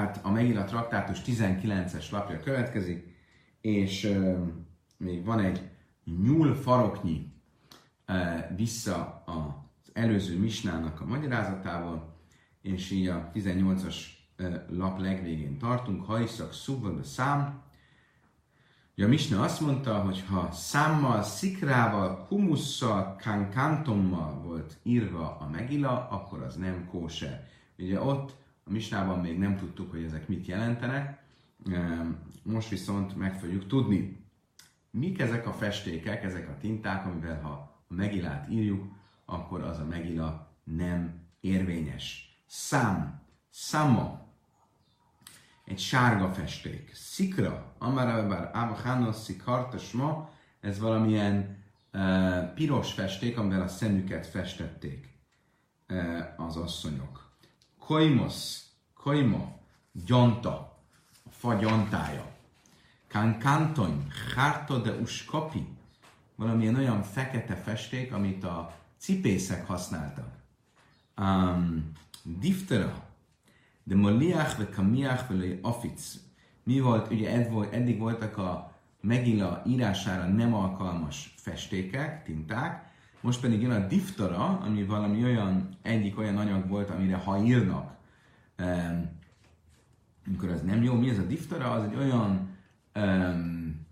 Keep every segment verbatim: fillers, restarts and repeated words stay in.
tehát a Megilla traktátus tizenkilences lapja következik, és euh, még van egy nyúl faroknyi euh, vissza az előző misnának a magyarázatával, és így a tizennyolcas euh, lap legvégén tartunk. Hajszak szubban a szám. Ugye a misna azt mondta, hogy ha számmal, szikrával, humusszal, kankantommal volt írva a Megilla, akkor az nem kóser. Ugye ott a misnában még nem tudtuk, hogy ezek mit jelentenek, most viszont meg fogjuk tudni. Mik ezek a festékek, ezek a tinták, amivel ha a Megillát írjuk, akkor az a Megilla nem érvényes. Szám, száma, egy sárga festék. Szikra, amarabar abachanos szikartas ma, ez valamilyen uh, piros festék, amivel a szemüket festették uh, az asszonyok. Koimos, koimo, gyanta, a fa gyantája. Kankantony, hárta de uskopi, valamilyen olyan fekete festék, amit a cipészek használtak. Um, diftera, de moliach ve kamiach ve afic. Mi volt, ugye eddig voltak a Megilla írására nem alkalmas festékek, tinták, most pedig jön a diftara, ami valami olyan, egyik olyan anyag volt, amire ha írnak, um, amikor az nem jó. Mi ez a diftara? Az egy olyan um,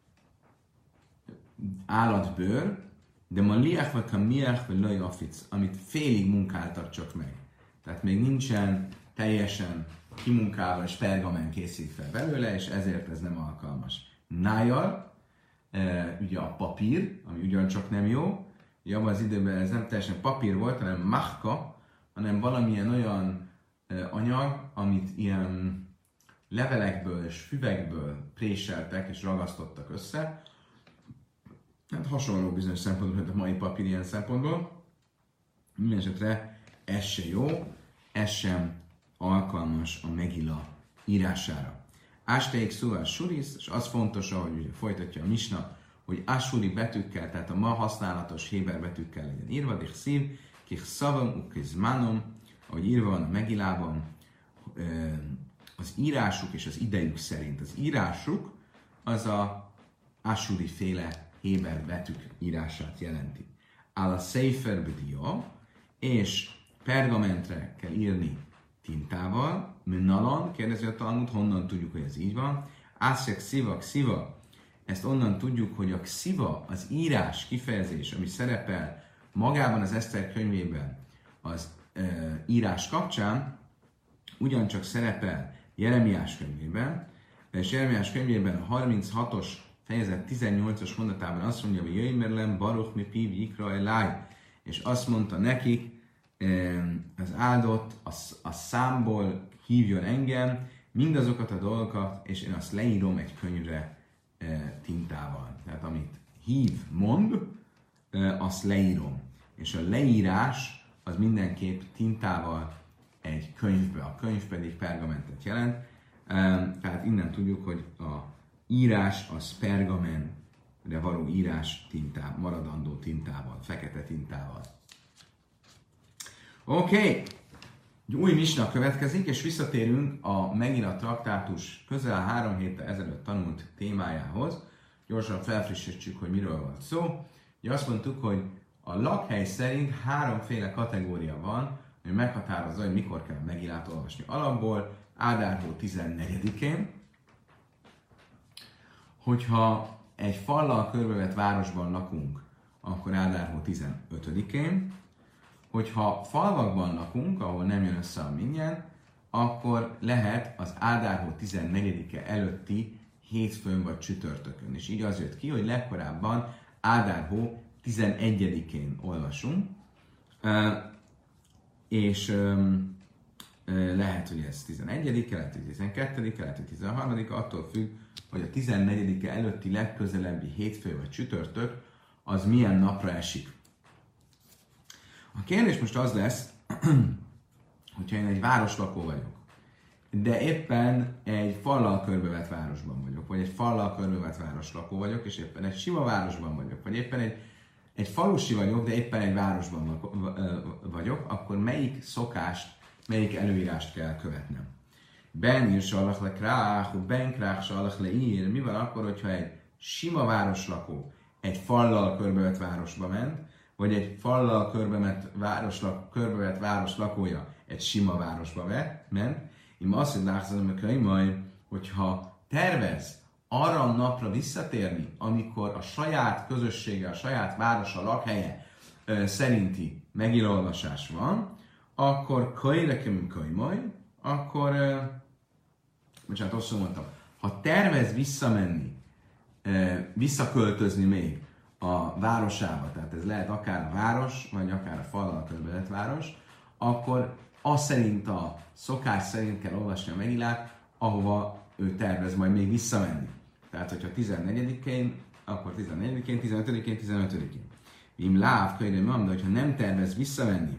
állatbőr, de ma liach vagy kamiach vagy löj afic, amit félig munkáltak csak meg. Tehát még nincsen teljesen kimunkálva és pergamen készítve belőle, és ezért ez nem alkalmas. Nájar, uh, ugye a papír, ami ugyancsak nem jó, ugye abban az időben ez nem teljesen papír volt, hanem mahka, hanem valamilyen olyan uh, anyag, amit ilyen levelekből és füvekből préseltek és ragasztottak össze. Hát hasonló bizonyos szempontból, mint a mai papír ilyen szempontból. Mindenesetre ez se jó, ez sem alkalmas a Megilla írására. Ásteik szóval suris, és az fontos, ahogy ugye folytatja a misna, hogy asuri betűkkel, tehát a ma használatos héber betűkkel legyen írva, dich szív, kich szavam, ukizmanom, ahogy írva van a Megillában, az írásuk és az idejük szerint. Az írásuk az a asuri féle héber betűk írását jelenti. Áll a Sefer B'dia, és pergamentre kell írni tintával, minnalan, kérdezi a Talmud, honnan tudjuk, hogy ez így van. Ászek sziva, xiva, ezt onnan tudjuk, hogy a xiva, az írás kifejezés, ami szerepel magában az Eszter könyvében az e, írás kapcsán, ugyancsak szerepel Jeremiás könyvében, és Jeremiás könyvében a harminchatos fejezet tizennyolcas mondatában azt mondja, hogy jöjjmerlem baruch mi piv jikra elaj, és azt mondta nekik, az áldott a, a számból hívjon engem, mindazokat a dolgokat, és én azt leírom egy könyvre e, tintával. Tehát amit hív, mond, e, azt leírom. És a leírás az mindenképp tintával egy könyvbe. A könyv pedig pergamentet jelent. E, tehát innen tudjuk, hogy a írás az pergamentre való írás tintával, maradandó tintával, fekete tintával. Oké, okay. Egy új misna következik, és visszatérünk a Megilla traktátus közel három héttel ezelőtt tanult témájához. Gyorsan felfrissítsük, hogy miről volt szó. Ugye azt mondtuk, hogy a lakhely szerint háromféle kategória van, hogy meghatározza, hogy mikor kell a Megillát olvasni. Alapból Ádár hó tizennegyedikén, hogyha egy fallal körbevett városban lakunk, akkor Ádár hó tizenötödikén, hogyha falvakban lakunk, ahol nem jön össze a minnyen, akkor lehet az Ádár hó tizennegyedike előtti hétfőn vagy csütörtökön. És így az jött ki, hogy legkorábban Ádár hó tizenegyedikén olvasunk, és lehet, hogy ez tizenegyedike, lehet, hogy tizenkettedike, lehet, hogy tizenharmadika, attól függ, hogy a tizennegyedike előtti legközelebbi hétfő vagy csütörtök az milyen napra esik. A kérdés most az lesz, hogyha én egy városlakó vagyok, de éppen egy fallal körbevett városban vagyok, vagy egy fallal körbevett városlakó vagyok, és éppen egy sima városban vagyok, vagy éppen egy, egy falusi vagyok, de éppen egy városban vagyok, akkor melyik szokást, melyik előírást kell követnem? Ben ír salach le krách, ben krách salach le ír. Mi van akkor, hogyha egy sima városlakó egy fallal körbevett városba ment, vagy egy fallal körbevett város, körbevett város lakója egy sima városba vett, ment. Én azt hogy látszom, hogy hogyha tervez arra a napra visszatérni, amikor a saját közössége, a saját városa, lakhelye ö, szerinti megírolvasás van, akkor kölyrekem kölymoly, akkor, ö, bocsánat, rosszul mondtam, ha tervez visszamenni, ö, visszaköltözni még a városába, tehát ez lehet akár a város, vagy akár a fallal körbevett város, akkor az szerint a szokás szerint kell olvasni a Megillát, ahova ő tervez majd még visszamenni. Tehát, hogyha tizennegyedikén, akkor tizennegyedikén, tizenötödikén, tizenötödikén. Im láv, könyvem mondom, de hogyha nem tervez visszamenni,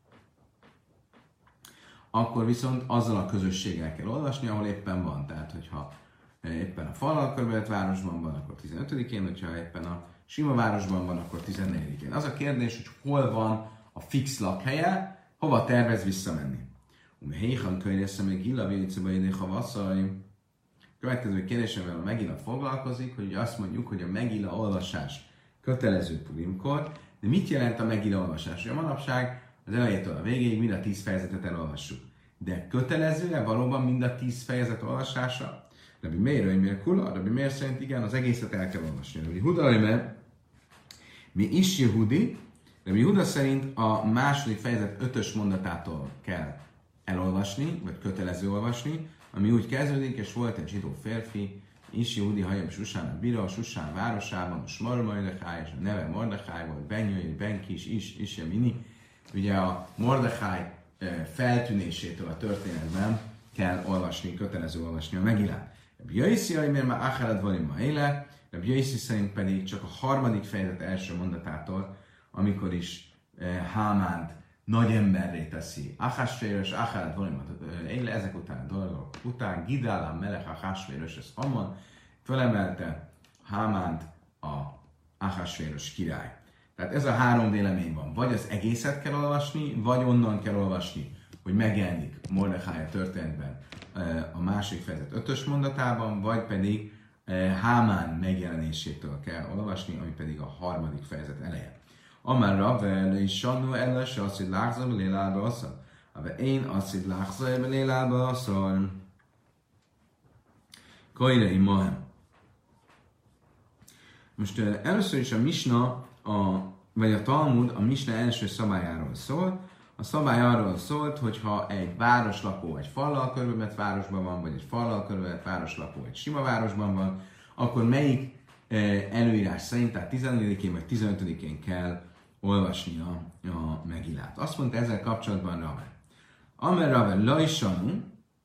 akkor viszont azzal a közösséggel kell olvasni, ahol éppen van. Tehát, hogyha éppen a fallal körbevett városban van, akkor tizenötödikén, hogyha éppen a sima városban van, akkor tizennegyedikén. Az a kérdés, hogy hol van a fix lakhelye, hova tervez visszamenni. Um, héhan könyveszem még Gilla Véliceba idék a vasszai. Következő kérdésemvel a Megilla foglalkozik, hogy azt mondjuk, hogy a Megilla olvasás kötelező Purimkor, de mit jelent a Megilla olvasás? A manapság az elejétől a végéig mind a tíz fejezetet elolvassuk. De kötelező-e valóban mind a tíz fejezet olvasása? Rabbi Meir, hogy miért kula? Rabbi Meir szerint igen, az egészet el kell olvasni. Rabbi Huda, mert mi is Jehudi, Rabbi Huda szerint a második fejezet ötös mondatától kell elolvasni, vagy kötelező olvasni, ami úgy kezdődik, és volt egy zsidó férfi, is Jehudi Hajam Susán a Bira, Susán városában, a Smar Mordechai, és a neve Mordechai volt, Benyői, Benkis, Is, Isjemini. Ugye a Mordechai feltűnésétől a történetben kell olvasni, kötelező olvasni a Megillát. Rabbi Jaiszi, miért már Acharad Varim ma éle, Rabbi Jaiszi szerint pedig csak a harmadik fejezet első mondatától, amikor is Hámánt nagy emberré teszi. Achasvéros, Acharad Varim éle, ezek után a dolgok után, Gidálám Melech Achasvéros, ez Haman, fölemelte Hámánt a Achasvéros király. Tehát ez a három vélemény van. Vagy az egészet kell olvasni, vagy onnan kell olvasni, hogy megjelenik Mordechai történetben a másik fejezet ötös mondatában, vagy pedig Hámán megjelenésétől kell olvasni, ami pedig a harmadik fejezet eleje. Amár Ravel és Sannu ellen se azt, hogy lágzom, lélába asszal. Ave én azt, hogy lágzom, lélába asszal. Kajrei mahem. Most először is a Misna, a, vagy a Talmud a Misna első szabályáról szól. A szabály arról szólt, hogy ha egy városlakó egy fallal körbevett városban van, vagy egy fallal körbevett városlakó egy sima városban van, akkor melyik előírás szerint, tehát tizennegyedikén vagy tizenötödikén kell olvasnia a Megillát. Azt mondta ezzel kapcsolatban Ravel. Amer Ravel lajsanu,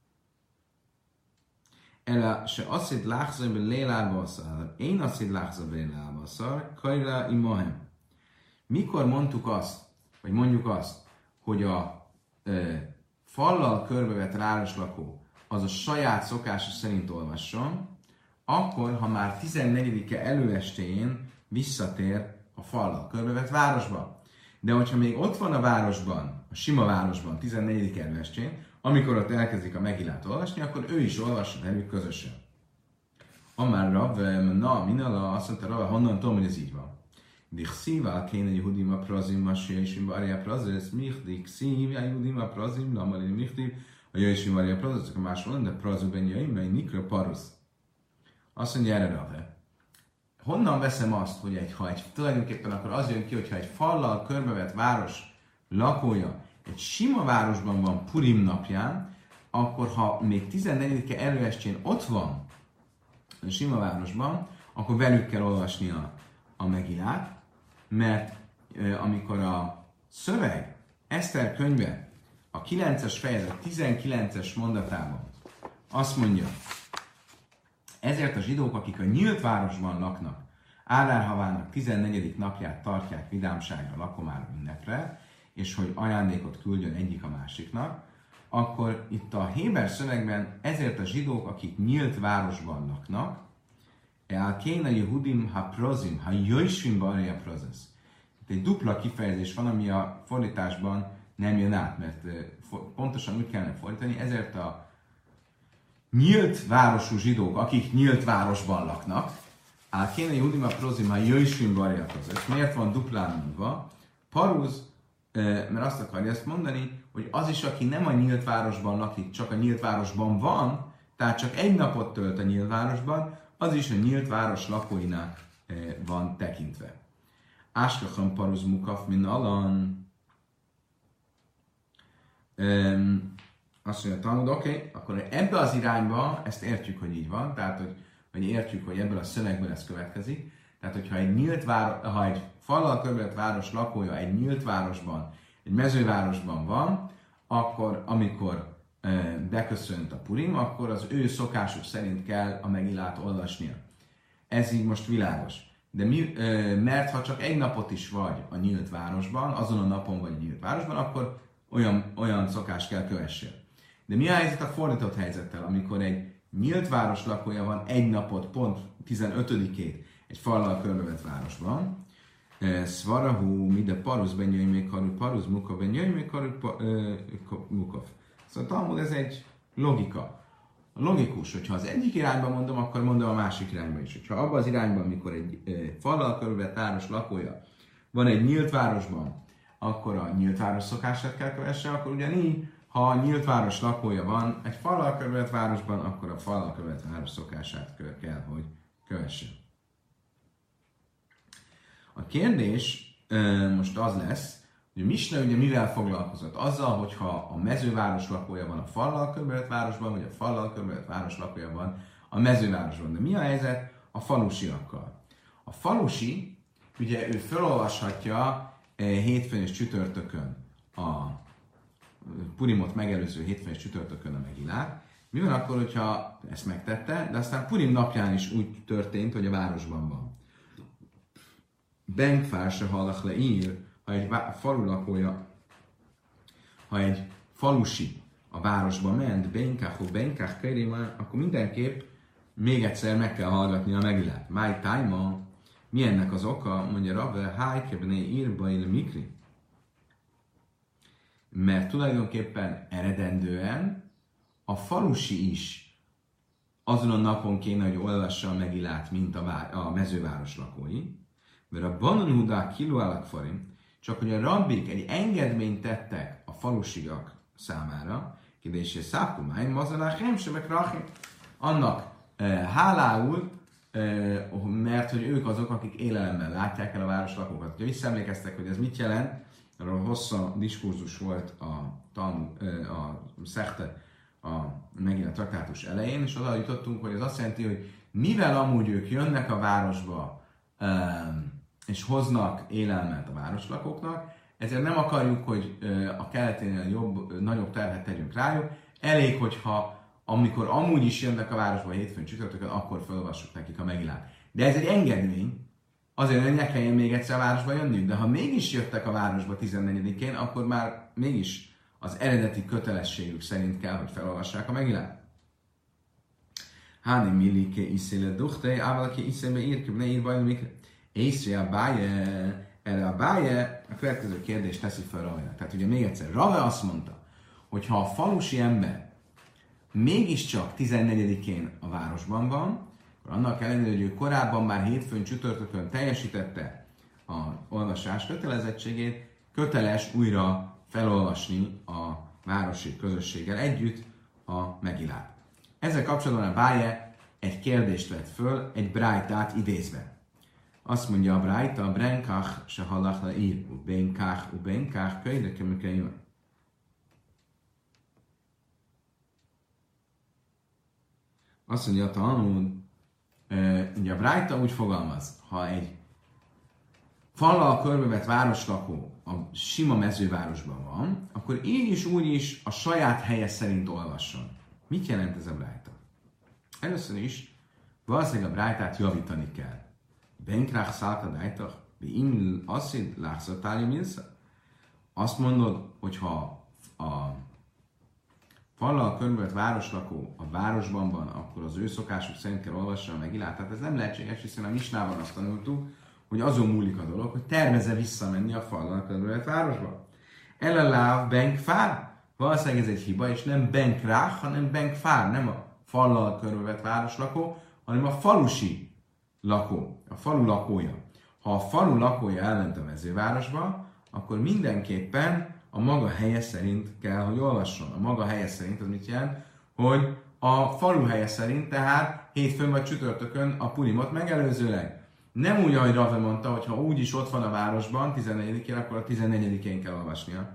ela se asszid láxzaj be lélálba szar, én asszid láxzaj be lélálba szar, kajra imahem. Mikor mondtuk azt, vagy mondjuk azt, hogy a ö, fallal körbevett városlakó az a saját szokása szerint olvasson, akkor, ha már tizennegyedike előestéjén visszatér a fallal körbevett városba. De hogyha még ott van a városban, a sima városban, tizennegyedike előestén, amikor ott elkezdik a Megillát olvasni, akkor ő is olvassa velük közösen. Amár Rav, na, minala, azt mondta Rav, honnan tudom, hogy ez így van. Dichszívál kéne Yehudim a prazim, masjaisim varja prazis, michdik szív, a Yehudim a prazim, lamalin michdik, a jaisim varja prazis, ezek a máshol, de prazuben jaim, mely nikra parusz. Azt mondja erre Rave. Honnan veszem azt, hogy egy, ha egy, tulajdonképpen akkor az jön ki, hogyha egy fallal körbevett város lakója egy sima városban van Purim napján, akkor ha még tizennegyedike előestjén ott van a sima városban, akkor velük kell olvasnia a Megillát, mert e, amikor a szöveg, Eszter könyve, a kilences fejezet tizenkilences mondatában azt mondja, ezért a zsidók, akik a nyílt városban laknak, Ádár-havának tizennegyedik napját tartják vidámságra, lakomára, ünnepre, és hogy ajándékot küldjön egyik a másiknak, akkor itt a héber szövegben ezért a zsidók, akik nyílt városban laknak, el kéne Yehudim ha prozim, ha jöjsvim barja prozis. Itt egy dupla kifejezés van, ami a fordításban nem jön át, mert pontosan úgy kellene fordítani, ezért a nyílt városú zsidók, akik nyílt városban laknak, áll kéne Judima Prozima Jöjsvin Barjakoz. És miért van duplán mondva? Paruz, mert azt akarja ezt mondani, hogy az is, aki nem a nyílt városban lakik, csak a nyílt városban van, tehát csak egy napot tölt a nyílt városban, az is a nyílt város lakóinak van tekintve. Áskachan paruz mukaf min alan. Um, azt mondja, tanulod, oké, okay, akkor ebbe az irányba, ezt értjük, hogy így van, tehát, hogy, hogy értjük, hogy ebből a szövegből ez következik. Tehát, hogyha egy nyílt város, ha egy fallal körülött város lakója egy nyílt városban, egy mezővárosban van, akkor amikor e, beköszönt a Purim, akkor az ő szokásuk szerint kell a Megillát olvasnia. Ez így most világos. De mi, e, mert ha csak egy napot is vagy a nyílt városban, azon a napon vagy a nyílt városban, akkor olyan, olyan szokás kell kövessél. De mi a helyzet a fordított helyzettel, amikor egy nyílt város lakója van egy napot, pont tizenötödikét egy fallal körbevett városban, Szvarahú, mide paruz benyőj még karú, paruz muka benyőj még karú, mukov. Szóval Talmud ez egy logika. A logikus, hogyha az egyik irányba mondom, akkor mondom a másik irányba is. Hogyha abban az irányban, amikor egy fallal körbevett város lakója van egy nyílt városban, akkor a nyílt város szokását kell kövesse, akkor ugyanígy, ha a nyílt város lakója van egy fallal körbevett városban, akkor a fallal körbevett város szokását kell, hogy kövesse. A kérdés e, most az lesz, hogy a Misna ugye mivel foglalkozott? Azzal, hogyha a mezőváros lakója van a fallal körbevett városban, vagy a fallal körbevett város lakója van a mezővárosban. De mi a helyzet a falusiakkal? A falusi, ugye ő felolvashatja e, hétfőn és csütörtökön a Purimot megelőző hétfőn és csütörtökön a Megillát. Mi van akkor, hogyha ezt megtette, de aztán Purim napján is úgy történt, hogy a városban van. Benkfár se hallak le ír, ha egy falu lakója, ha egy falusi a városba ment, Benkách, Benkách, Kerémá, akkor mindenképp még egyszer meg kell hallgatni a Megillát. Máj tájma, mi ennek az oka? Mondja Rabbe, hájkebné írba il mikri. Mert tulajdonképpen eredendően a falusi is azon a napon kéne, hogy olvassa a Megillát, mint a, vá- a mezőváros lakói, mert a Banon Hudá kilóálak farim, csak hogy a rabbik egy engedményt tettek a falusiak számára, kérdésé szákumány, mazalák hemsebek rachim, annak e, hálául, e, mert hogy ők azok, akik élelemmel látják el a város lakókat. Ha visszaemlékeztek, hogy ez mit jelent, arról hosszú diskurzus volt a, Talmud, e, a Szechte, a megint a traktátus elején, és oda jutottunk, hogy ez azt jelenti, hogy mivel amúgy ők jönnek a városba, e, és hoznak élelmet a városlakóknak, ezért nem akarjuk, hogy a keleténél jobb, nagyobb terhet tegyünk rájuk. Elég, hogyha amikor amúgy is jönnek a városba a hétfőn csütörtökön, akkor felolvassuk nekik a Megillát. De ez egy engedmény, azért, hogy ne kelljen még egyszer a városba jönniük. De ha mégis jöttek a városba tizennegyedikén, akkor már mégis az eredeti kötelességük szerint kell, hogy felolvassák a Megillát. Háni millike iszéle duchte, ávalaki iszébe írkib, ne ír bajn mikre. Észre a báje, erre a báje a következő kérdést teszi fel Rave. Tehát ugye még egyszer, Rave azt mondta, hogy ha a falusi ember mégiscsak tizennegyedikén a városban van, akkor annak ellenére, hogy ő korábban már hétfőn, csütörtökön teljesítette a olvasás kötelezettségét, köteles újra felolvasni a városi közösséggel együtt a Megillát. Ezzel kapcsolatban a báje egy kérdést vett föl, egy brájtát idézve. Azt mondja a Brájta, a Brenkach se hallach le ír, u Benkach, u Benkach, könyde kemükeim. Azt mondja a Talmud, e, ugye a Brájta úgy fogalmaz, ha egy fallal körbevett városlakó a sima mezővárosban van, akkor így is úgy is a saját helye szerint olvasson. Mit jelent ez a Brájta? Először is valószínűleg a Brájtát javítani kell. Benkrach szálkadájtach, im asszid látszatáli milsza. Azt mondod, hogyha a fallal körbevett városlakó a városban van, akkor az ő szokásuk szerint kell olvassa a Megillát. Tehát ez nem lehetséges, hiszen a Misnában azt tanultuk, hogy azon múlik a dolog, hogy tervezze visszamenni a fallal körbevett városba. Eleláv benkfár, valószínűleg ez egy hiba, és nem benkrach, hanem benkfár, nem a fallal körbevett városlakó, hanem a falusi lakó, a falu lakója. Ha a falu lakója elment a mezővárosba, akkor mindenképpen a maga helye szerint kell, hogy olvasson. A maga helye szerint az mit jelent? Hogy a falu helye szerint, tehát hétfőn vagy csütörtökön a purimot megelőzőleg. Nem úgy, ahogy Rave mondta, hogy ha úgyis ott van a városban, tizennegyedikén, akkor a tizennegyedikén kell olvasnia.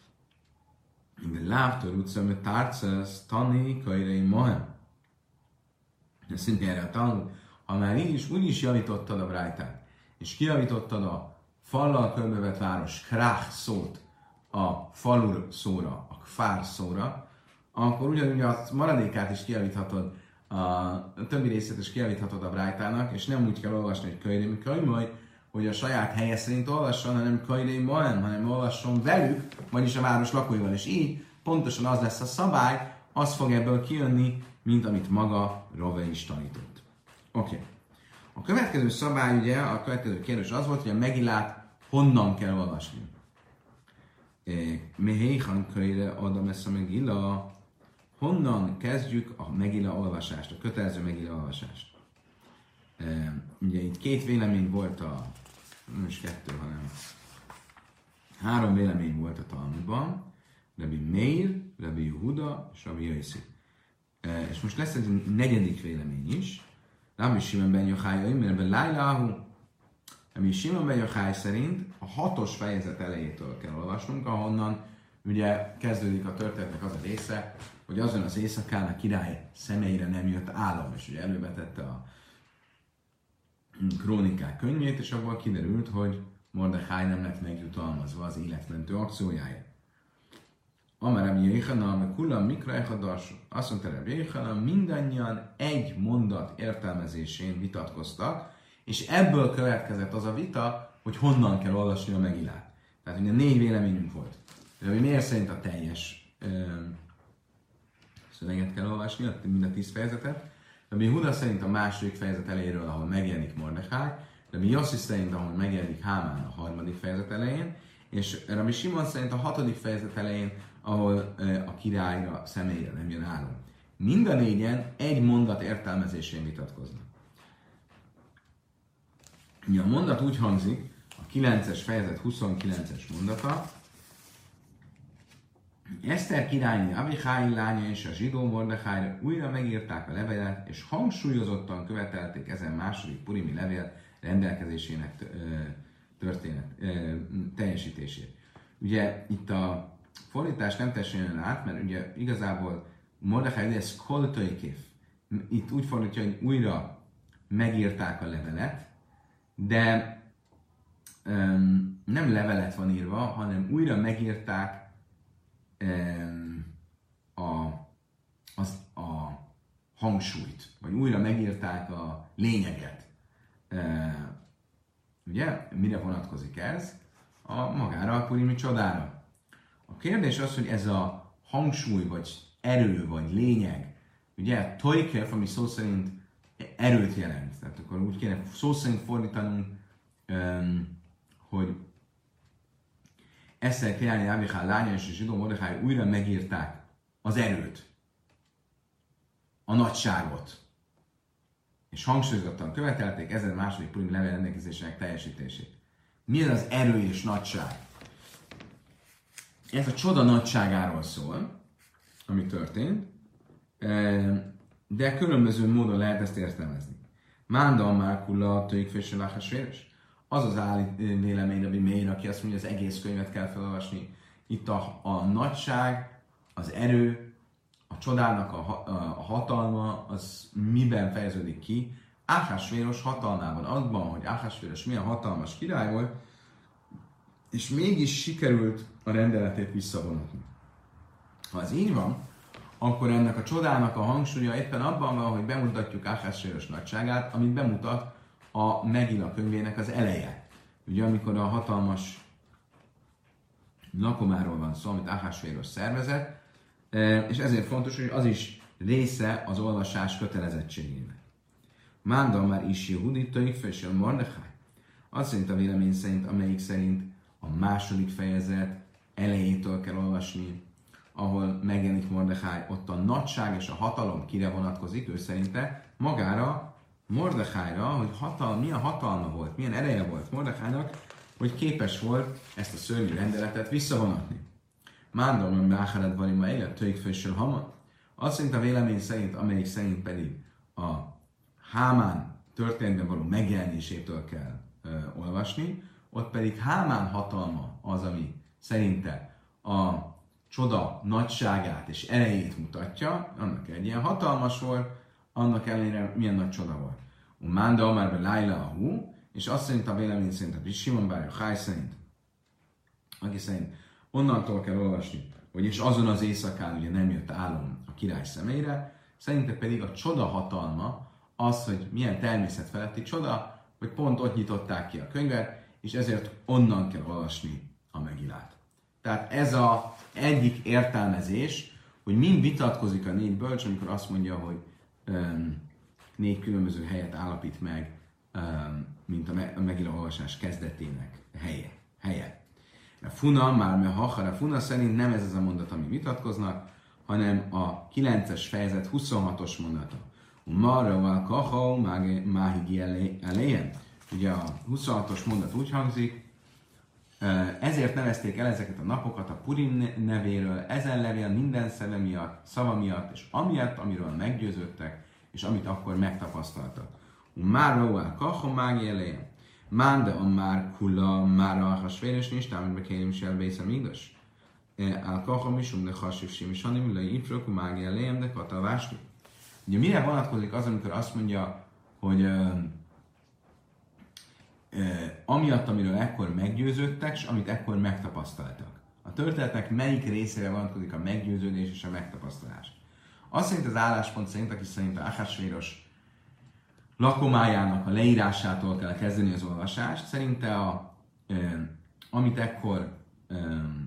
Láptor utca, mert tárcesz, tani, kairei, mohem. Ezt mondja erre a tanul, ha már így is, úgy is javítottad a brájtát, és kijavítottad a fallal körbevett város krach szót a falur szóra, a kfár szóra, akkor ugyanúgy a maradékát is kijavíthatod, a többi részét is kijavíthatod a brájtának, és nem úgy kell olvasni, hogy kajrémi kajmaj, hogy a saját helye szerint olvasson, hanem kajrémi mohem, hanem olvasson velük, vagyis a város lakóival, és így pontosan az lesz a szabály, az fog ebből kijönni, mint amit maga Rove is tanított. Oké. Okay. A következő szabály, ugye, a következő kérdés az volt, hogy a Megillát honnan kell olvasni. Mehéhan kölyre adom ezt a Megilla. Honnan kezdjük a Megilla olvasást, a kötelező Megilla olvasást? Ugye itt két vélemény volt a, nem is kettő, hanem három vélemény volt a Talmudban. Rabbi Meir, Rabbi Yehuda és Rabbi Yossi. És most lesz egy negyedik vélemény is. Rabbi Shimon ben Yochai, mert be Lailahu. Rabbi Shimon ben Yochai szerint a hatos fejezet elejétől kell olvasnunk, ahonnan ugye kezdődik a történetnek az a része, hogy azon az éjszakán a király szemeire nem jött álom, és ugye elővetette a krónikák könyvét, és abban kiderült, hogy Mordechai nem lett megjutalmazva az életmentő akciójáért. Amár Rabbi Jéhana, meg kullam mikra echadas, azt mondta Rabbi Jéhana, mindannyian egy mondat értelmezésén vitatkoztak, és ebből következett az a vita, hogy honnan kell olvasni a Megillát. Tehát ugye négy véleményünk volt. Rabbi Meir szerint a teljes ö, szöveget kell olvasni, mind a tíz fejezetet. Rabbi Yehuda szerint a második fejezet elejéről, ahol megjelenik Mordechai. Rabbi Yossi szerint, ahol megjelenik Hámán a harmadik fejezet elején. És Rabbi Simon szerint a hatodik fejezet elején, ahol a királyra személyre nem jön álom. Mind a négyen egy mondat értelmezésén vitatkoznak. A mondat úgy hangzik, a kilences fejezet huszonkilences mondata, Eszter királynő Abiháil lánya és a zsidó Mordechai újra megírták a levelet, és hangsúlyozottan követelték ezen második purimi levél rendelkezésének történet, teljesítését. Ugye itt a fordítás nem teljesen jön át, mert ugye igazából Mordechai ez koltoikif. Itt úgy fordítja, hogy újra megírták a levelet, de um, nem levelet van írva, hanem újra megírták um, a, az, a hangsúlyt, vagy újra megírták a lényeget. Uh, ugye, mire vonatkozik ez? A magára, a purimi csodára. A kérdés az, hogy ez a hangsúly, vagy erő, vagy lényeg, ugye, toikef, ami szó szerint erőt jelent. Tehát akkor úgy kéne szó szerint fordítanunk, um, hogy Eszter királynő Abiháil lánya és a zsidó Mordechai újra megírták az erőt, a nagyságot, és hangsúlyozottan követelték ezen második purim levél rendelkezésének teljesítését. Mi ez az erő és nagyság? Ez a csoda nagyságáról szól, ami történt, de különböző módon lehet ezt értelmezni. Mánda már kulla töjkfésel Achasvéros. Az az állít vélemény, ami Meir, aki azt mondja, az egész könyvet kell felolvasni. Itt a, a nagyság, az erő, a csodának a, a, a hatalma, az miben fejeződik ki? Ahasvéros hatalmában, abban, hogy Ahasvéros milyen hatalmas király volt, és mégis sikerült a rendeletét visszavonatni. Ha ez így van, akkor ennek a csodának a hangsúlya éppen abban van, hogy bemutatjuk Ahasvéros nagyságát, amit bemutat a Megilla könyvének az eleje. Ugye, amikor a hatalmas lakomáról van szó, amit Ahasvéros szervezett, és ezért fontos, hogy az is része az olvasás kötelezettségének. Mánda már is Yehudi töjkfésel Mordechai. Azt szerint a vélemény szerint, amelyik szerint a második fejezet elejétől kell olvasni, ahol megjelenik Mordechai, ott a nagyság és a hatalom kire vonatkozik, ő szerinte magára, Mordechaira, hogy hatal, milyen hatalma volt, milyen ereje volt Mordechainak, hogy képes volt ezt a szörnyű rendeletet visszavonatni. Mándom, hogy Máhared Varima élet, tőjük fősül Haman. Azt szerint a vélemény szerint, amelyik szerint pedig a Hámán történetben való megjelenésétől kell ö, olvasni, ott pedig Hámán hatalma az, ami szerinte a csoda nagyságát és erejét mutatja, annak egy ilyen hatalmas volt, annak ellenére milyen nagy csoda volt. Mánda már be Laila a hú, és azt szerint a vélemény szerint, a Simon Bár Yochai szerint, aki szerint onnantól kell olvasni, hogy és azon az éjszakán ugye nem jött álom a király szemére, szerinte pedig a csoda hatalma az, hogy milyen természetfeletti csoda, hogy pont ott nyitották ki a könyvet, és ezért onnan kell olvasni a Megilát. Tehát ez az egyik értelmezés, hogy mind vitatkozik a négy bölcs, amikor azt mondja, hogy um, négy különböző helyet állapít meg, um, mint a, me- a Megila olvasás kezdetének helye. helye. A Funa, már me hachar, a Funa szerint nem ez az a mondat, ami vitatkoznak, hanem a kilences fejezet huszonhatos mondata. Marra val kachau, máhigi eléjen. Ugye a huszonhatos mondat úgy hangzik, ezért nevezték el ezeket a napokat a Purim nevéről, ezen levél minden szava miatt, szava miatt, és amiatt, amiről meggyőződtek, és amit akkor megtapasztaltak. Marra val kachau, máhigi eléjen. Mánde a már kula, már a hasvéres nincs, támint bekérjem is elbészem igaz. Al-Kachom is, de hasív sim is, hanem illai ifrok, mágia lejem, de katalvásni. Ugye mire vonatkozik az, amikor azt mondja, hogy uh, uh, amiatt, amiről ekkor meggyőződtek, és amit ekkor megtapasztaltak. A történetnek melyik részére vonatkozik a meggyőződés és a megtapasztalás? Azt szerint az álláspont szerint, aki szerint a Ahasvéros lakomájának a leírásától kell kezdeni az olvasást, szerinte a, uh, amit ekkor um,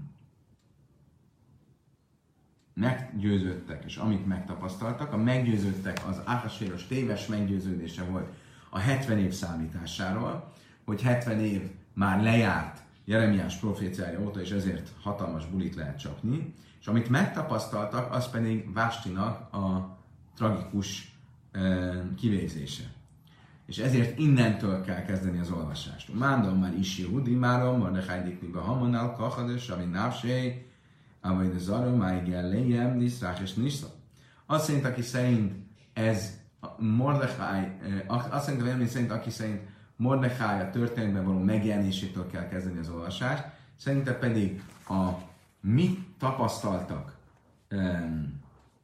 meggyőződtek, és amit megtapasztaltak, a meggyőződtek az Ahasvéros téves meggyőződése volt a hetven év számításáról, hogy hetven év már lejárt Jeremiás proféciája óta, és ezért hatalmas bulit lehet csapni, és amit megtapasztaltak, az pedig Vástinak a tragikus e, kivégzése. És ezért innentől kell kezdeni az olvasást. Mándom már is Jehudi, márom, Mordechai dikniba hamonál, kachadös, ami návsé, ahogy a zaro, máig ellejem, niszrák és nisza. Azt szerint, aki szerint ez Mordechai, azt szerint a vélemény szerint, aki szerint Mordechai a történetben való megjelenésétől kell kezdeni az olvasást, szerinte pedig a mit tapasztaltak, um,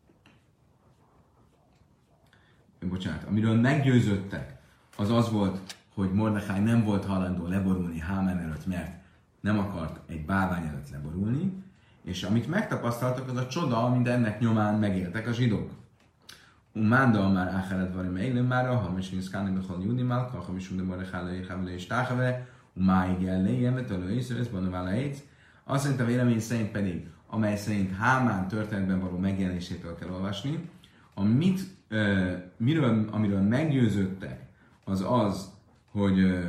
bocsánat, amiről meggyőződtek, az az volt, hogy Mordechai nem volt hajlandó leborulni Hámán előtt, mert nem akart egy bálvány előtt leborulni, és amit megtapasztaltak, az a csoda, amit ennek nyomán megéltek a zsidók. Mánda már áhered varim élem már, ha mis niszkáni bechol júnimál, ha mis unde Mordechai lejjel és táhave, máig elléjem, tőle észrevesz, banavála éjsz. Azt szerint a vélemény szerint pedig, amely szerint Hámán történetben való megjelenésétől kell olvasni, amit, uh, miről, amiről meggyőződtek, az az, hogy uh,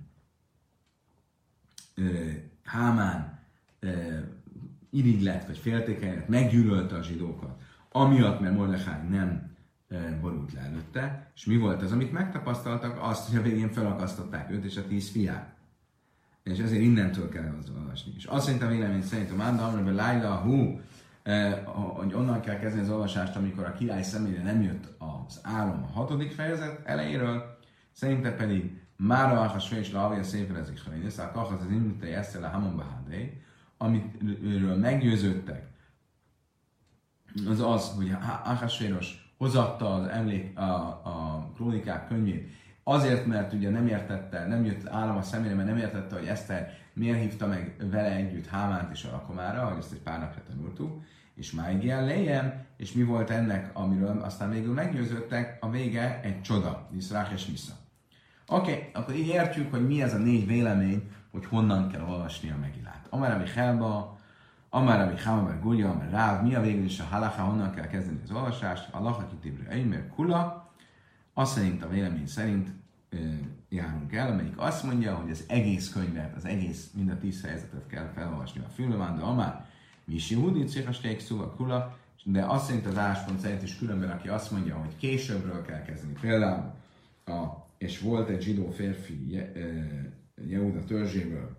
uh, Hámán uh, irigylet vagy féltékenyet, meggyűlölte a zsidókat, amiatt, mert Mordechai nem e, borult le előtte, és mi volt az, amit megtapasztaltak? Azt, hogy a végén felakasztották őt és a tíz fiát. És ezért innentől kell az olvasni. És azt szerint a vélemény szerint a Mánda Amrebe Laila hú, e, hogy onnan kell kezdeni az olvasást, amikor a király szemére nem jött az álom a hatodik fejezet elejéről, szerinte pedig Mára Ahasvé és Laavia széperezik Hajnész, a Kachaz az Immitei Eszele Hamon Bahádé, amiről meggyőződtek, az az, hogy Ahasvéros hozatta az emlék, a, a krónikák könyvét, azért, mert ugye nem értette, nem jött állam a szemére, mert nem értette, hogy Eszter miért hívta meg vele együtt Hámánt és a lakomára, hogy ezt egy pár napja tanultuk, és máig ilyen lejem, és mi volt ennek, amiről aztán végül meggyőződtek, a vége egy csoda, niszrák és nisza. Oké, okay, akkor így értjük, hogy mi ez a négy vélemény, hogy honnan kell olvasni a Megilát. Amár ami Helba, amár ami Hámaber Gulja, amár Ráv, mi a végül is a halacha, honnan kell kezdeni az olvasást, a lachakitibri eimer kula, azt szerint a vélemény szerint e, járunk el, amelyik azt mondja, hogy az egész könyvet, az egész, mind a tíz fejezetet kell felolvasni a Fülömán, de amár Misi hudi cihasték szóval kula, de azt szerint az álláspont szerint is különben, aki azt mondja, hogy későbbről kell kezdeni. Például, a, és volt egy zsidó férfi Je, Jehuda törzséből,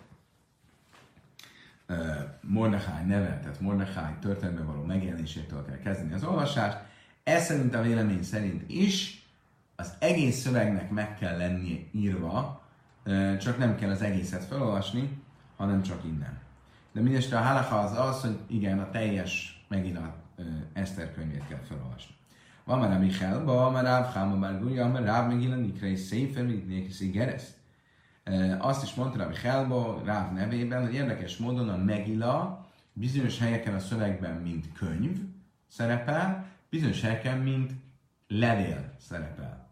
Mordechai neve, tehát Mordechai történetben való megjelenésétől kell kezdeni az olvasást. Ez szerint a vélemény szerint is az egész szövegnek meg kell lennie írva, csak nem kell az egészet felolvasni, hanem csak innen. De mindestre a halacha az az, hogy igen, a teljes megint Eszter könyvét kell felolvasni. Van már a Michel, van már Ráv Cháma Bar Gurja, van már Ráv Megillah Nikrei Széfer, mit nékiszi Gereszt. Azt is mondta a Michelba, Ráv nevében, hogy érdekes módon a Megillah bizonyos helyeken a szövegben mint könyv szerepel, bizonyos helyeken mint levél szerepel.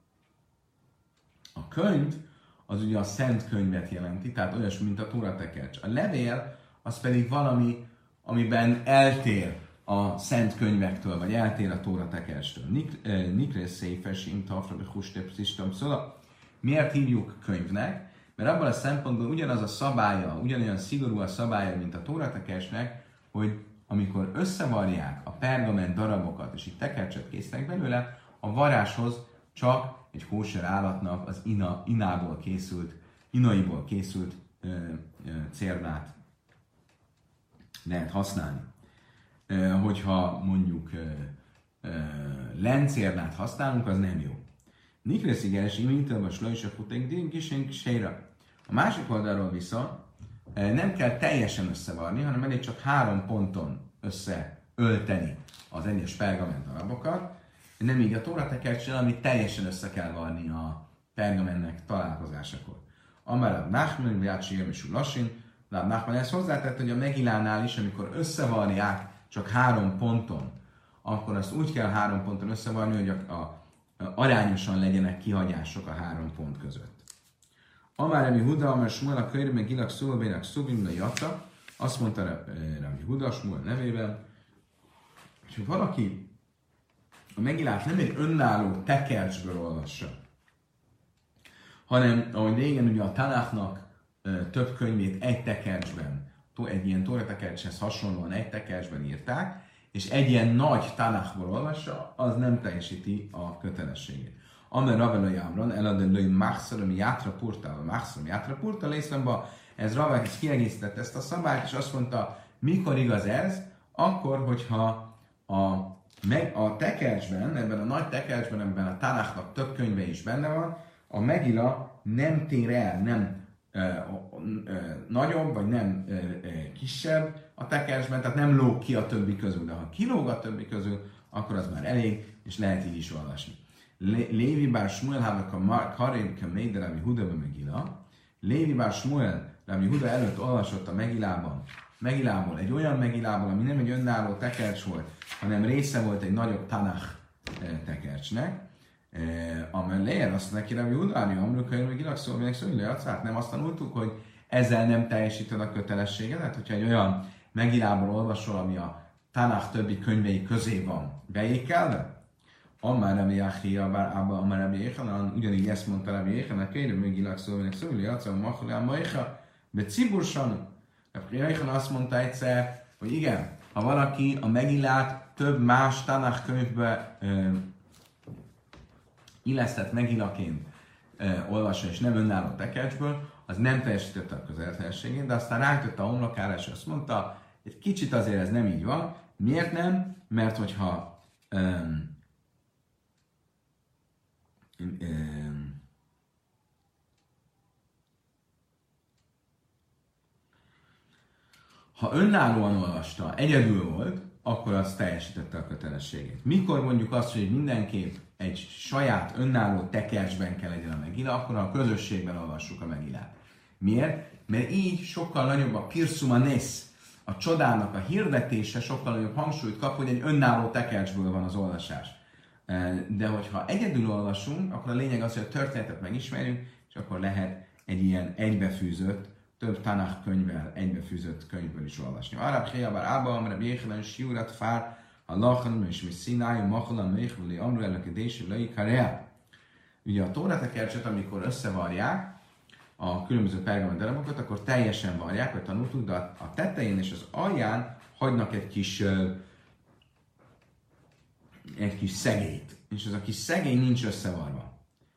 A könyv az ugye a szent könyvet jelenti, tehát olyasmi, mint a Tóra tekercs. A levél az pedig valami, amiben eltér a szent könyvektől, vagy eltér a Tóra tekercstől. Nikrész széfes, imtafra, behustébb, szisztam, szóval miért hívjuk könyvnek? Mert abban a szempontból ugyanaz a szabálya, ugyanolyan szigorú a szabálya, mint a Tóra tekercsnek, hogy amikor összevarják a pergament darabokat, és így tekercset készítenek belőle, a varáshoz csak egy kóser állatnak az ina, inából készült, inaiból készült ö, ö, cérnát lehet használni. Ö, hogyha mondjuk ö, ö, lencérnát használunk, az nem jó. Nikrész igeres, imintől, slajsa futék, din kisén sejra. A másik oldalról viszont nem kell teljesen összevarni, hanem elég csak három ponton összeölteni az egyes pergament darabokat. Nem így a Tóra tekercsen, amit teljesen össze kell varni a pergamennek találkozásakor. Amarab Nachman, Viácsi Jömésú Lasin, Rab Nachman ezt hozzátett, hogy a Megilánál is, amikor összevarják csak három ponton, akkor azt úgy kell három ponton összevarni, hogy a, a arányosan legyenek kihagyások a három pont között. Amár Rabbi Huda, amár Smuel a könyvben, meg Gilak Szulobének Szubimla Jaca, azt mondta Rabbi Huda, Smuel nevében, hogy valaki a Megilát nem egy önálló tekercsből olvassa, hanem, ahogy régen ugye a Tanáchnak több könyvét egy tekercsben, egy ilyen Tóra tekercshez hasonlóan egy tekercsben írták, és egy ilyen nagy Tanachból olvassa, az nem teljesíti a kötelességét. Amer Ravel Jámron, eladönlői Machszorom Játra Purta, vagy Machszorom Játra Purta, Lészlemba, ez Ravel kiegészített ezt a szabályt, és azt mondta, mikor igaz ez? Akkor, hogyha a, meg, a tekercsben, ebben a nagy tekercsben, ebben a Tanachnak több könyve is benne van, a Megila nem tér el, nem ö, ö, ö, nagyobb, vagy nem ö, ö, kisebb a tekercsben, tehát nem lóg ki a többi közül, de ha kilóg a többi közül, akkor az már elég, és lehet így is olvasni. Lévi bár Smuel hávak a Karim Keméd, Rabbi Huda be Megila. Lévi bár Smuel, Rabbi Huda előtt olvasott a Megilában, Megilából, egy olyan Megilából, ami nem egy önálló tekercs volt, hanem része volt egy nagyobb Tanach tekercsnek, amely leér azt neki Rabbi Huda, ami Amrukai Megilak szól, minek szól, hát nem azt tanultuk, hogy ezzel nem teljesíted a kötelességedet, hogyha egy olyan Megilából olvasol, ami a Tanach többi könyvei közé van, beékelve? Amár Rabbi Jachia, Amár Rabbi Jéhanan, ugyanígy ezt mondta Rabbi Jéhanan, kérem Megilak szól, minek szól, hogy a Machalán Maicha, be Cibursanu. Rabbi Jéhanan azt mondta egyszer, hogy igen, ha valaki a Megilát több más Tanach könyvbe ö, illesztett Megilaként ö, olvassa, és nem önálló tekercsből, az nem teljesítette a közelteljességét, de aztán ráütötte a homlokára, és azt mondta, egy kicsit azért ez nem így van. Miért nem? Mert hogyha um, um, ha önállóan olvasta, egyedül volt, akkor az teljesítette a kötelességét. Mikor mondjuk azt, hogy mindenképp egy saját önálló tekercsben kell legyen a Megila, akkor a közösségben olvassuk a Megilát. Miért? Mert így sokkal nagyobb a pirsuma nesz, a csodának a hirdetése sokkal nagyobb hangsúlyt kap, hogy egy önálló tekercsből van az olvasás. De hogyha egyedül olvasunk, akkor a lényeg az, hogy a történetet megismerjük, és akkor lehet egy ilyen egybefűzött, több Tanach könyvvel, egybefűzött könyvből is olvasni. Arab Héjabár Ába, amire Béhelen, Siurat, Fár, a Lachan, és mi Szinájú, Machalan, Méhvuli, Amru, Elökedési, Lai, Karea. Ugye a Tóra tekercset, amikor összevarják a különböző pergament darabokat, akkor teljesen varják, hogy tanultuk, de a tetején és az alján hagynak egy kis, egy kis szegélyt, és az a kis szegély nincs összevarva.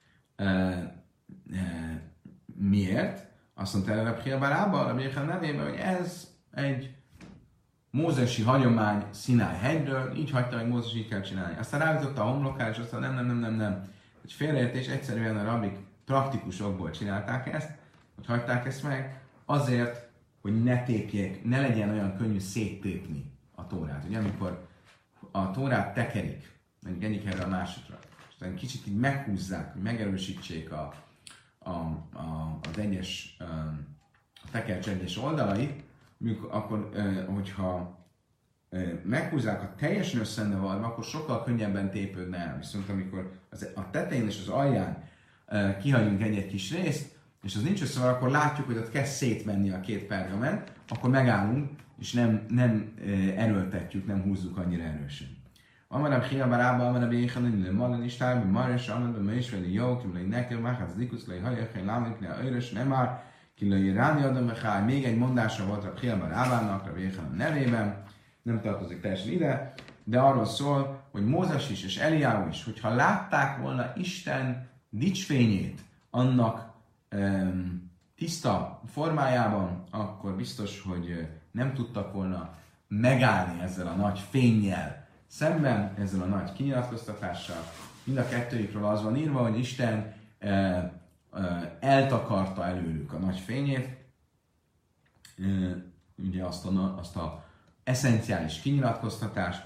Miért? Azt mondta el Rabbi Chia bar Abba, Rabbi Yochanan nevében, hogy ez egy mózesi hagyomány Szináj hegyről, így hagyta, hogy Mózes így kell csinálni. Aztán ráütötte a homlokára, és azt mondta, nem, nem, nem, nem, nem. Egy félreértés, egyszerűen a rabbik praktikus okból csinálták ezt, hogy hagyták ezt meg, azért, hogy ne tépjék, ne legyen olyan könnyű széttépni a Tórát. Ugye, amikor a Tórát tekerik, mondjuk egyik helyre a másikra, és aztán kicsit így meghúzzák, hogy megerősítsék a, a, a, az egyes, a tekercs egyes oldalait, akkor, hogyha meghúzzák a teljesen összennevarva, akkor sokkal könnyebben tépődne el. Viszont amikor az, a tetején és az alján kihagyunk egy-egy kis részt, és az nincs összevarva, akkor látjuk, hogy ott kezd szétmenni a két pergament, akkor megállunk, és nem, nem erőltetjük, nem húzzuk annyira erősen. Amarab Chia bar Abba, amarab Yochanan, le Malan Istár, be Mares, amarab Meisveli Jó, kim lei nekem, máchatsz dikusz, lei hajjachay, lámlik, ne öres, nem már, ki lei ráni adom, mechár. Még egy mondása volt Rab Chia bar Abbának, Rab Yochanan nevében, nem tartozik teljesen ide, de arról szól, hogy Mózes is és Eliáhu is, hogyha látták volna Isten dicsfényét annak um, tiszta formájában, akkor biztos, hogy nem tudtak volna megállni ezzel a nagy fénnyel szemben, ezzel a nagy kinyilatkoztatással. Mind a kettőjükről az van írva, hogy Isten e, e, eltakarta előlük a nagy fényét, e, ugye azt a, azt a eszenciális kinyilatkoztatást,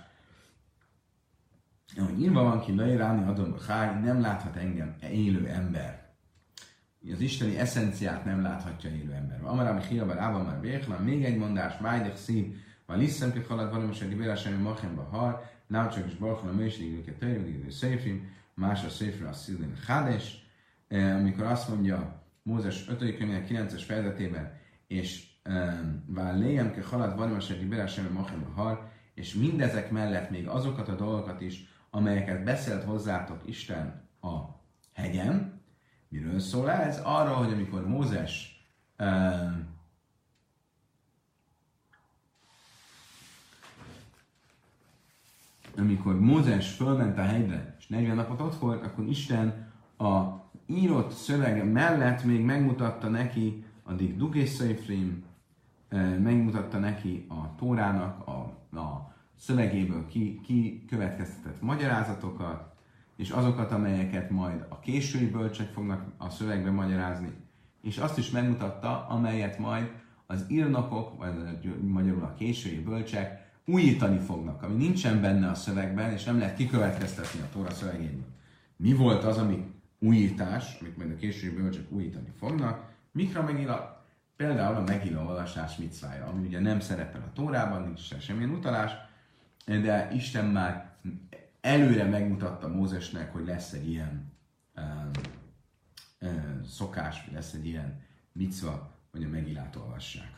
ahogy írva van ki, leírálni adom háj, nem láthat engem élő ember. Az isteni eszenciát nem láthatja élő ember. Amarám Chia bar Abba már Véhlan, még egy mondás, Májdek szív, van liszem ki halad, valami se libéra semmi machemba har, nácsak is balkon a mőség, őket törjük, széfrim, más a széfrim a szilin Hades, amikor azt mondja Mózes ötödik könyvének kilences fejezetében, és vál léjem ki halad, valami se libéra semmi machemba har, és mindezek mellett még azokat a dolgokat is, amelyeket beszélt hozzátok Isten a hegyen. Miről szól ez? Arról, hogy amikor Mózes um, amikor Mózes fölment a hegyre, és negyven napot ott volt, akkor Isten a írott szöveg mellett még megmutatta neki a Dikduk és Széfrim, megmutatta neki a Tórának a, a szövegéből ki, ki következtetett magyarázatokat, és azokat, amelyeket majd a késői bölcsek fognak a szövegben magyarázni, és azt is megmutatta, amelyet majd az írnokok, vagy magyarul a késői bölcsek újítani fognak, ami nincsen benne a szövegben, és nem lehet kikövetkeztetni a Tóra szövegéből. Mi volt az, ami újítás, amit majd a késői bölcsek újítani fognak? Mikra megilla? Például a megilla olvasás micvája, ami ugye nem szerepel a Tórában, nincs semmilyen utalás, de Isten már előre megmutatta Mózesnek, hogy lesz egy ilyen um, um, szokás, vagy lesz egy ilyen micva, hogy a megillát olvassák.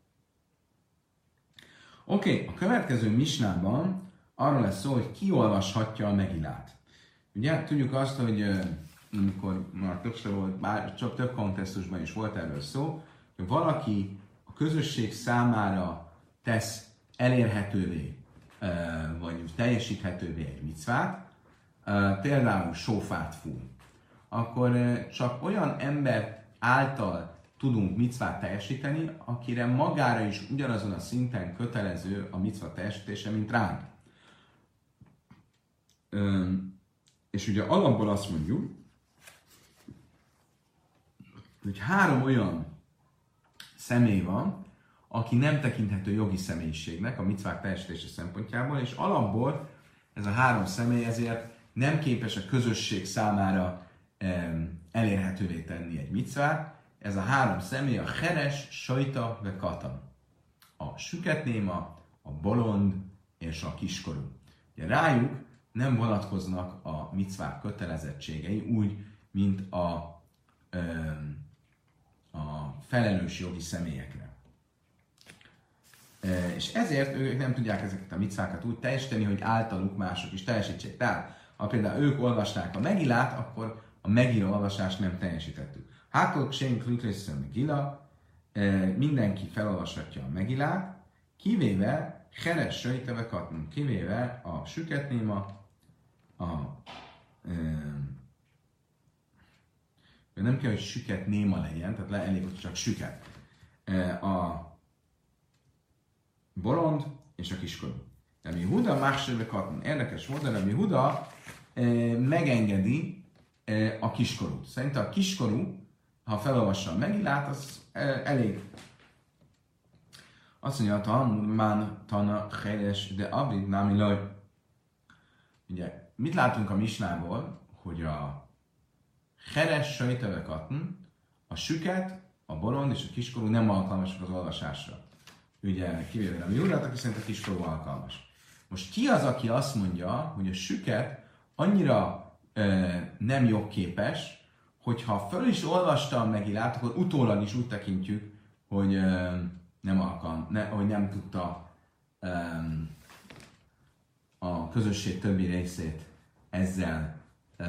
Oké, okay, a következő misnában arról lesz szó, hogy ki olvashatja a megillát. Ugye tudjuk azt, hogy uh, amikor már többször volt, bár csak több kontextusban is volt erről szó, hogy valaki a közösség számára tesz elérhetővé, vagy teljesíthetővé egy micvát, például sófát fúj, akkor csak olyan ember által tudunk micvát teljesíteni, akire magára is ugyanazon a szinten kötelező a micva teljesítése, mint ránk. És ugye alapból azt mondjuk, hogy három olyan személy van, aki nem tekinthető jogi személyiségnek a micvák teljesítése szempontjából, és alapból ez a három személy ezért nem képes a közösség számára em, elérhetővé tenni egy micvát. Ez a három személy a Heres, Sajta ve Katan. A süketnéma, a bolond és a kiskorú. Ugye rájuk nem vonatkoznak a micvák kötelezettségei úgy, mint a, em, a felelős jogi személyekre. És ezért ők nem tudják ezeket a micvákat úgy teljesíteni, hogy általuk mások is teljesítsék. Tehát, ha például ők olvasták a megilát, akkor a megila olvasást nem teljesítettük. Hátok Sén Klikrészön Megila, mindenki felolvashatja a megilát, kivéve Heres söjteve katn, kivéve a süket néma, a ö, nem kell, hogy süket néma legyen, tehát le elég, hogy csak süket. A bolond és a kiskorú. Rabbi Huda másrőbe katn. Érdekes módon Rabbi Huda megengedi a kiskorút. Szerintem a kiskorú, ha felolvassa a Megillát, az elég. Azt mondja, a Talmud, Mán, Tana, Heres, de Abid, Námi, Laj. Ugye, mit látunk a Misnából, hogy a Heres, Söjteve, Katn, a süket, a bolond és a kiskorú nem alkalmasak az olvasásra. Ugye, kivéve a Júrát, aki szerint a kiskorú alkalmas. Most ki az, aki azt mondja, hogy a süket annyira ö, nem jogképes, hogyha föl is olvasta a Megillát, akkor utólag is úgy tekintjük, hogy ö, nem alkalm, ne, hogy nem tudta ö, a közösség többi részét ezzel ö,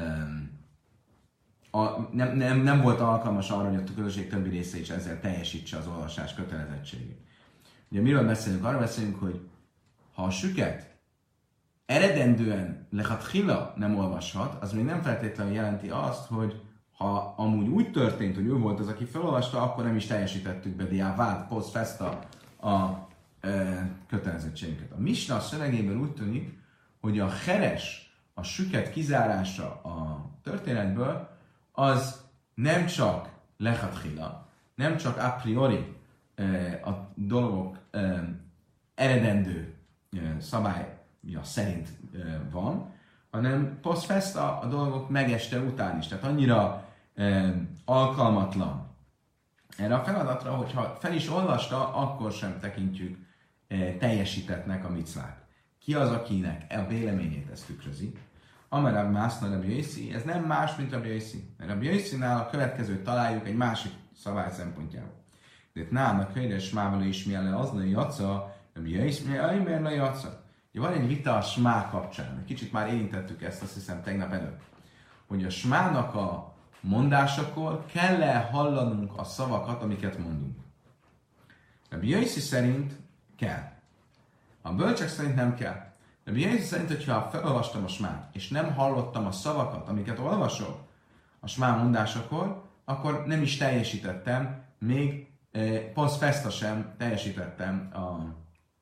a, nem, nem, nem volt alkalmas arra, hogy a közösség többi része is ezzel teljesítse az olvasás kötelezettségét. Ugye miről beszélünk? Arra beszélünk, hogy ha a süket eredendően lechatchila nem olvashat, az még nem feltétlenül jelenti azt, hogy ha amúgy úgy történt, hogy ő volt az, aki felolvasta, akkor nem is teljesítettük be diávát, post festa a e, kötelezettségünket. A Misna szövegében úgy tűnik, hogy a heres, a süket kizárása a történetből, az nem csak lechatchila, nem csak a priori e, a dolgok e, eredendő e, szabály ja, szerint e, van, hanem post festa a dolgok megeste után is. Tehát annyira e, alkalmatlan erre a feladatra, hogyha fel is olvasta, akkor sem tekintjük e, teljesítettnek a micvát. Ki az, akinek a véleményét ezt tükrözi? Amerab mászna Rabbi Yossi, ez nem más, mint Rabbi Yossi. Rabbi Yossinál a következőt találjuk egy másik szabály szempontjából. De nának helyes mával is miele az ne jatsza, Rabbi Yossi miele ne jatsza. Van egy vita a smá kapcsán, kicsit már érintettük ezt, azt hiszem tegnap előtt, hogy a smának a mondásakor kell-e hallanunk a szavakat, amiket mondunk. Rabbi Yossi szerint kell. A bölcsek szerint nem kell. Rabbi Yossi szerint, hogyha felolvastam a smát, és nem hallottam a szavakat, amiket olvasok a smá mondásakor, akkor nem is teljesítettem, még eh, post festa sem teljesítettem a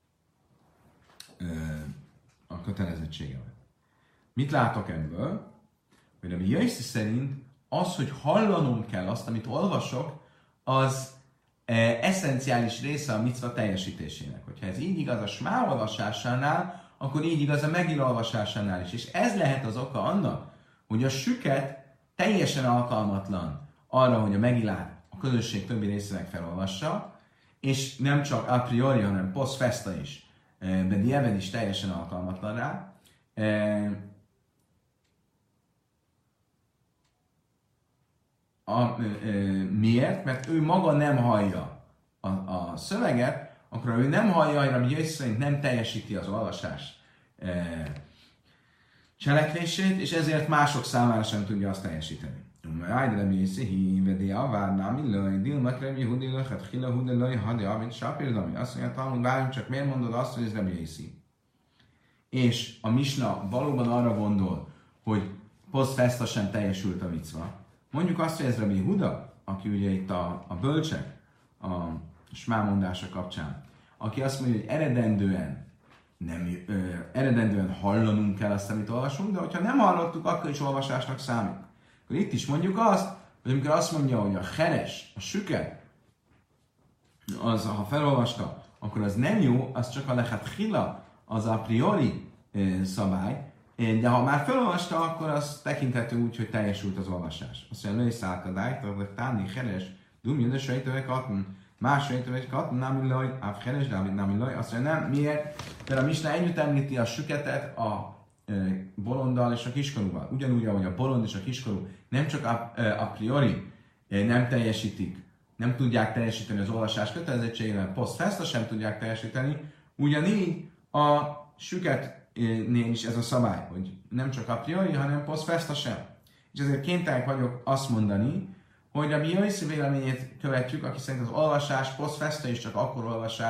a kötelezettségemet. Mit látok ebből? Hogy Rabbi Yossi szerint az, hogy hallanom kell azt, amit olvasok, az e, eszenciális része a micva teljesítésének. Hogyha ez így igaz a smá olvasásánál, akkor így igaz a megír olvasásánál is. És ez lehet az oka annak, hogy a süket teljesen alkalmatlan arra, hogy a megilát a közösség többi részének felolvassa, és nem csak a priori, hanem post festa is. De Dieved is teljesen alkalmatlan rá. A, e, e, miért? Mert ő maga nem hallja a, a szöveget, akkor ő nem hallja, hogy Rabbi Yossi szerint nem teljesíti az olvasás e, cselekvését, és ezért mások számára sem tudja azt teljesíteni. Rájd Rabbi Yossi hívedi a várnámi löj, dilmak Rabbi Hudi löchet, hila Hudi löj, hadi amit sápirdami. Azt mondja, Talmud, várjunk csak, miért mondod azt, hogy ez Rabbi Yossi? És a Misna valóban arra gondol, hogy post festa sem teljesült a micva. Mondjuk azt, hogy ez Rabbi Huda, aki ugye itt a, a bölcsek, a smá mondása kapcsán, aki azt mondja, hogy eredendően, nem, ö, eredendően hallanunk kell azt, amit olvasunk, de hogyha nem hallottuk, akkor is olvasásnak számít. Akkor itt is mondjuk azt, hogy amikor azt mondja, hogy a heres, a süket, az, ha felolvasta, akkor az nem jó, az csak a lechat hila, az a priori ö, szabály, de ha már felolvasta, akkor az tekinthető úgy, hogy teljesült az olvasás. Azt mondja, lőj szálkadály, tehát táni heres, dumjön, de sejtőve katn, más sejtőve katn, nem illaj, áv heres, Dávid nem illaj. Azt mondja, nem, miért? Mert a Misna együtt említi a süketet a e, bolonddal és a kiskorúval. Ugyanúgy, ahogy a bolond és a kiskorú nem csak a, e, a priori e, nem teljesítik, nem tudják teljesíteni az olvasás kötelezettségével, post festa sem tudják teljesíteni, ugyanígy a süket nél is ez a szabály, hogy nem csak a priori, hanem post festa sem. És ezért kénytelenek vagyok azt mondani, hogy Rabbi Yossi véleményét követjük, aki szerint az olvasás, post festa is csak akkor olvasás,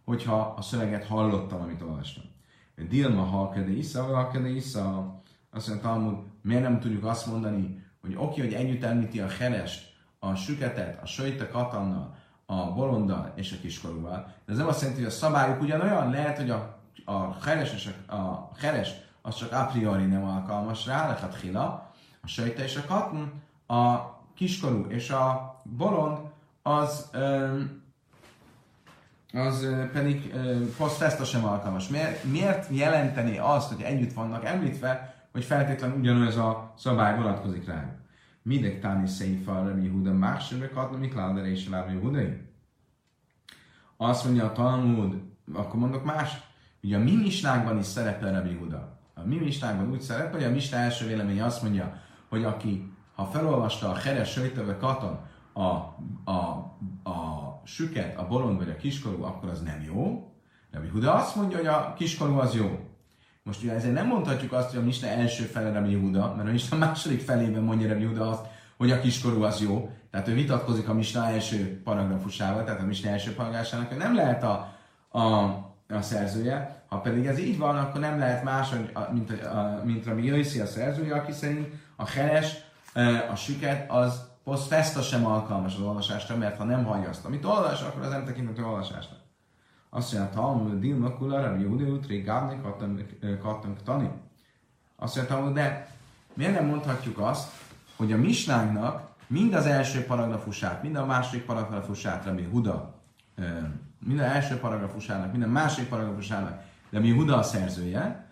hogyha a szöveget hallottam, amit olvastam. Dilma halkede isza, vagy halkede isza. Azt mondja, Talmud, miért nem tudjuk azt mondani, hogy oké, hogy együtt említi a helest, a süketet, a söjte katannal, a bolonddal és a kiskorúval. De ez nem azt jelenti, hogy a szabályok ugyanolyan, lehet, hogy a, a heres és a, a heres az csak a priori nem alkalmas rá, lehet hila, a söjte és a katn, a kiskorú és a bolond az öm, az pedig post festa sem alkalmas. Miért, miért jelenteni azt, hogy együtt vannak említve, hogy feltétlenül ugyanaz a szabály vonatkozik rájuk? Midek táni széfa, Rabbi Yehuda, másra katna, mikláder és Rabbi Yehudai? Azt mondja a Talmud, akkor mondok más, ugye a mi misnákban is szerepel Rabbi Yehuda. A mi misnákban úgy szerepel, hogy a misná első vélemény azt mondja, hogy aki, ha felolvasta a heres söjtöve katon, a, a, a süket, a bolond vagy a kiskorú, akkor az nem jó. Rabbi Yehuda azt mondja, hogy a kiskorú az jó. Most ugye ezért nem mondhatjuk azt, hogy a misna első fele Rabbi Yehuda, mert a misna második felében mondja Rabbi Yehuda azt, hogy a kiskorú az jó. Tehát ő vitatkozik a misna első paragrafusával, tehát a misna első paragrafusának nem lehet a, a, a szerzője. Ha pedig ez így van, akkor nem lehet más, mint, a, mint Rabbi Yossi a szerzője, aki szerint a heres, a süket, az post festa sem alkalmas az olvasásra, mert ha nem hallja azt, amit olvas, akkor az nem tekinthető olvasásra. Azt mondja, Talmud, Dilma, Kula, Rabbi Yehuda, Utri, Gábni, Kattank, Tani. Azt mondja, de miért nem mondhatjuk azt, hogy a misnánknak mind az első paragrafusát, mind a második paragrafusát Rabbi Yehuda, mind az első paragrafusának, mind a második paragrafusának Rabbi Yehuda a szerzője,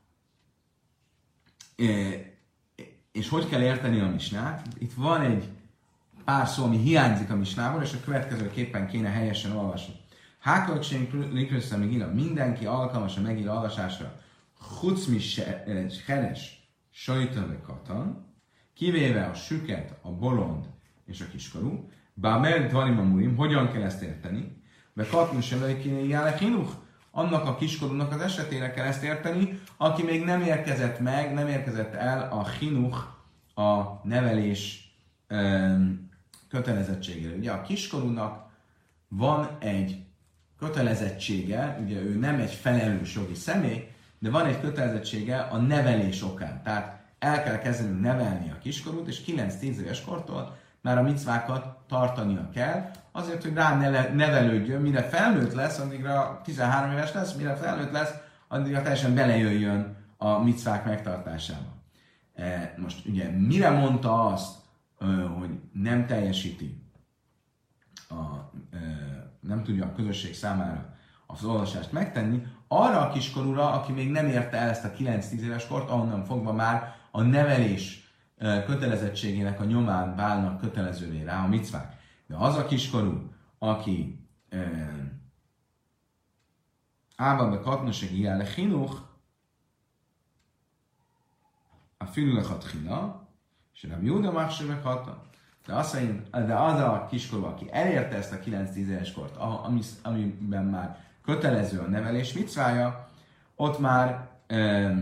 és hogy kell érteni a misnát? Itt van egy pár szó, ami hiányzik a misnából, és a következőképpen kéne helyesen olvasni. Hákolcsén likrőszem írja, mindenki alkalmas a megír olvasásra, chucmi heres sajtőve katan, kivéve a süket, a bolond és a kiskorú, bár dvarim hogyan kell ezt érteni? Be katmus előkéne jále hinuch, annak a kiskorúnak az esetére kell ezt érteni, aki még nem érkezett meg, nem érkezett el a hinuch, a nevelés um, kötelezettségére. Ugye a kiskorúnak van egy kötelezettsége, ugye ő nem egy felelős jogi személy, de van egy kötelezettsége a nevelés okán. Tehát el kell kezdenünk nevelni a kiskorút, és kilenc-tíz éves kortól már a micvákat tartania kell, azért, hogy rá nevelődjön, mire felnőtt lesz, addigra tizenhárom éves lesz, mire felnőtt lesz, addigra teljesen belejöjjön a micvák megtartásába. Most ugye mire mondta azt, hogy nem teljesíti, a, nem tudja a közösség számára az olvasást megtenni, arra a kiskorúra, aki még nem érte el ezt a kilenc-tíz éves kort, ahonnan fogva már a nevelés kötelezettségének a nyomán válnak kötelezővé rá a micvák. De az a kiskorú, aki Ábba katnoség jele hinuch, a fülülöket hina, és a Júda máksövek hata. De, azt mondja, de az a kiskorú, aki elérte ezt a kilenc-tíz éves kort, amiben már kötelező a nevelés micvája, ott már e,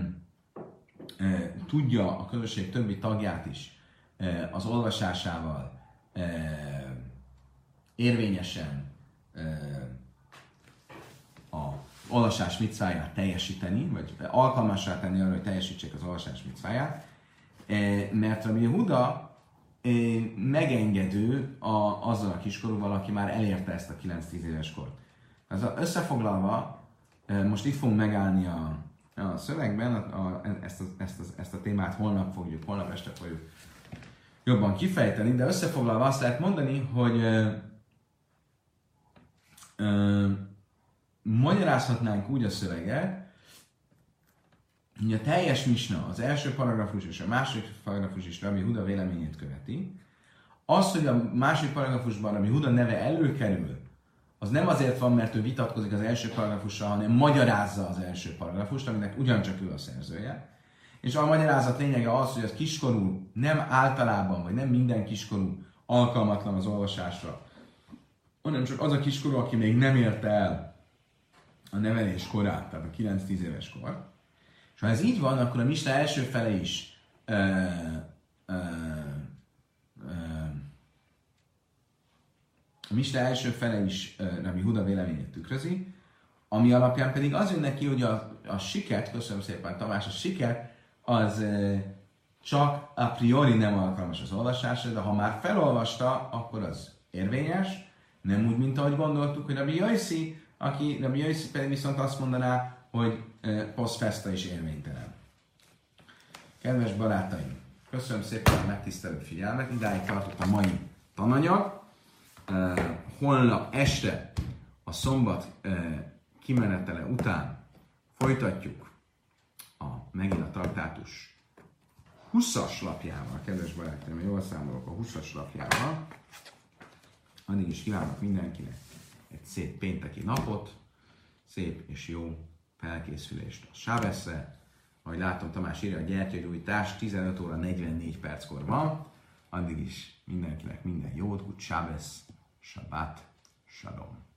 e, tudja a közösség többi tagját is e, az olvasásával e, érvényesen e, a olvasás micváját teljesíteni, vagy alkalmassá tenni arra, hogy teljesítsék az olvasás micváját, e, mert Rabbi Yehuda e, megengedő a, azzal a kiskorúval, aki már elérte ezt a kilenc-tíz éves kort. Ez összefoglalva, most itt fogunk megállni a, a szövegben, a, a, ezt, a, ezt, a, ezt a témát holnap fogjuk, holnap este fogjuk jobban kifejteni, de összefoglalva azt lehet mondani, hogy ö, ö, magyarázhatnánk úgy a szöveget, hogy a teljes misna, az első paragrafus és a második paragrafus is Rabbi Yehuda véleményét követi. Az, hogy a második paragrafusban Rabbi Yehuda neve előkerül, az nem azért van, mert ő vitatkozik az első paragrafussal, hanem magyarázza az első paragrafust, aminek ugyancsak ő a szerzője. És a magyarázat lényege az, hogy az kiskorú nem általában, vagy nem minden kiskorú alkalmatlan az olvasásra, hanem csak az a kiskorú, aki még nem érte el a nevelés korát, tehát a kilenc-tíz éves kor. És ha ez így van, akkor a misna első fele is ö, ö, ö, a misna első fele is Rabbi Yehuda véleményét tükrözi, ami alapján pedig az jön neki, hogy a, a siket, köszönöm szépen Tamás, a siket, az e, csak a priori nem alkalmas az olvasásra, de ha már felolvasta, akkor az érvényes, nem úgy, mint ahogy gondoltuk, hogy Rabbi Yossi, aki Rabbi Yossi pedig viszont azt mondaná, hogy e, post festa is érvénytelen. Kedves barátaim, köszönöm szépen a megtisztelő figyelmet, idáig tartott a mai tananyag. Uh, holnap este a szombat uh, kimenetele után folytatjuk a megint a traktátus huszas lapjával, kedves barátaim, jól számolok a huszas lapjával. Addig is kívánok mindenkinek egy szép pénteki napot, szép és jó felkészülést a Sábeszre. Ahogy látom, Tamás írja, a gyertyagyújtás tizenöt óra negyvennégy perckor van. Addig is mindenkinek minden jót, gut Sábesz, Shabbat, Shalom.